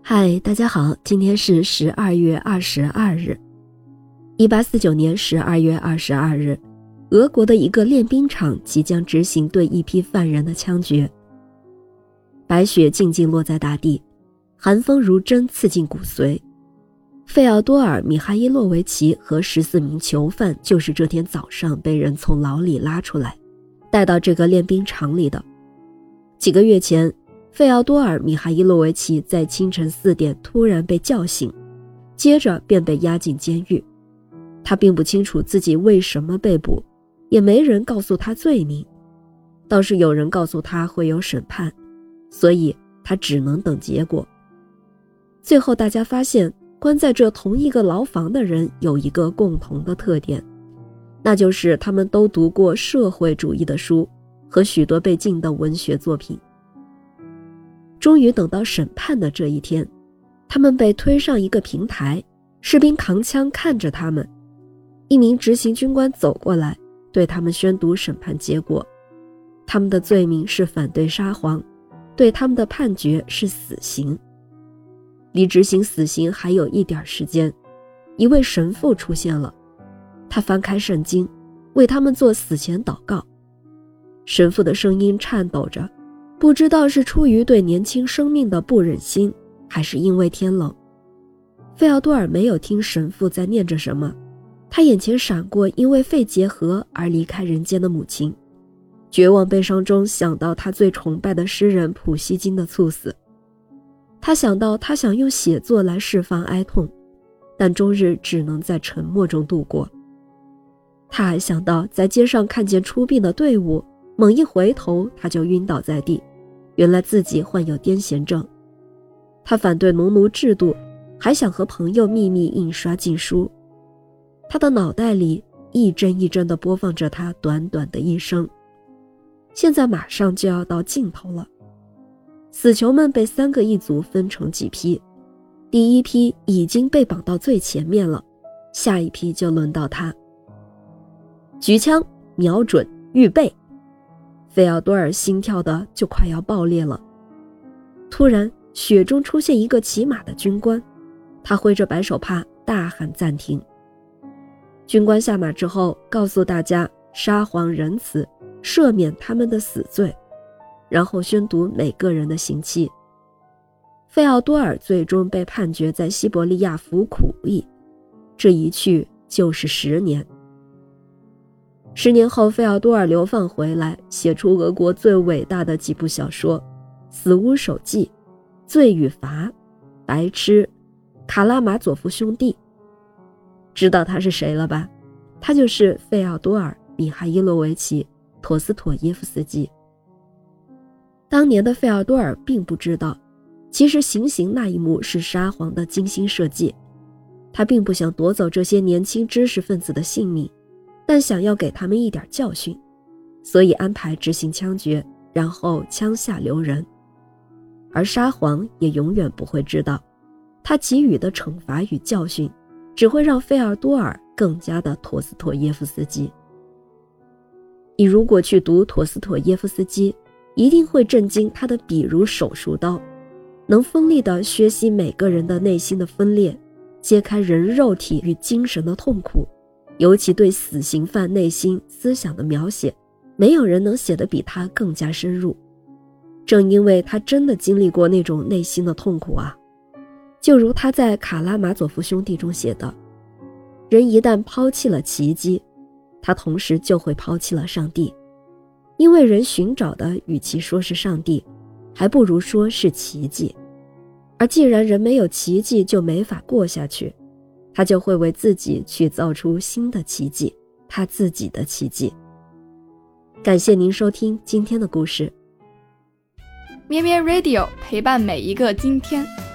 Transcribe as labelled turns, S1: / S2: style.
S1: 嗨，大家好，今天是12月22日。1849年12月22日，俄国的一个练兵场即将执行对一批犯人的枪决。白雪静静落在大地，寒风如针刺进骨髓。费奥多尔·米哈伊洛维奇和14名囚犯就是这天早上被人从牢里拉出来，带到这个练兵场里的。几个月前，费奥多尔·米哈伊洛维奇在清晨4点突然被叫醒，接着便被押进监狱。他并不清楚自己为什么被捕，也没人告诉他罪名，倒是有人告诉他会有审判，所以他只能等结果。最后大家发现，关在这同一个牢房的人有一个共同的特点，那就是他们都读过社会主义的书和许多被禁的文学作品。终于等到审判的这一天，他们被推上一个平台，士兵扛枪看着他们。一名执行军官走过来，对他们宣读审判结果。他们的罪名是反对沙皇，对他们的判决是死刑。离执行死刑还有一点时间，一位神父出现了，他翻开圣经，为他们做死前祷告。神父的声音颤抖着，不知道是出于对年轻生命的不忍心，还是因为天冷。费奥多尔没有听神父在念着什么，他眼前闪过因为肺结核而离开人间的母亲，绝望悲伤中想到他最崇拜的诗人普希金的猝死。他想到他想用写作来释放哀痛，但终日只能在沉默中度过。他还想到在街上看见出殡的队伍，猛一回头他就晕倒在地，原来自己患有癫痫症。他反对农奴制度，还想和朋友秘密印刷禁书。他的脑袋里一帧一帧地播放着他短短的一生，现在马上就要到尽头了。死囚们被3个一组分成几批，第一批已经被绑到最前面了，下一批就轮到他。举枪，瞄准，预备。费奥多尔心跳的就快要爆裂了。突然，雪中出现一个骑马的军官，他挥着白手帕，大喊暂停。军官下马之后，告诉大家沙皇仁慈，赦免他们的死罪，然后宣读每个人的刑期。费奥多尔最终被判决在西伯利亚服苦役，这一去就是10年。10年后，费奥多尔流放回来，写出俄国最伟大的几部小说：死无手记、罪与罚、白痴、卡拉马佐夫兄弟。知道他是谁了吧？他就是费奥多尔·米哈伊洛维奇·陀思妥耶夫斯基。当年的费奥多尔并不知道，其实行刑那一幕是沙皇的精心设计。他并不想夺走这些年轻知识分子的性命，但想要给他们一点教训，所以安排执行枪决，然后枪下留人。而沙皇也永远不会知道，他给予的惩罚与教训只会让费奥多尔更加的陀思妥耶夫斯基。你如果去读陀思妥耶夫斯基，一定会震惊他的笔如手术刀，能锋利地削析每个人的内心的分裂，揭开人肉体与精神的痛苦，尤其对死刑犯内心思想的描写，没有人能写得比他更加深入。正因为他真的经历过那种内心的痛苦啊，就如他在《卡拉马佐夫兄弟》中写的，人一旦抛弃了奇迹，他同时就会抛弃了上帝，因为人寻找的与其说是上帝，还不如说是奇迹。而既然人没有奇迹就没法过下去，他就会为自己去造出新的奇迹，他自己的奇迹。感谢您收听今天的故事。
S2: 咩咩 Radio 陪伴每一个今天。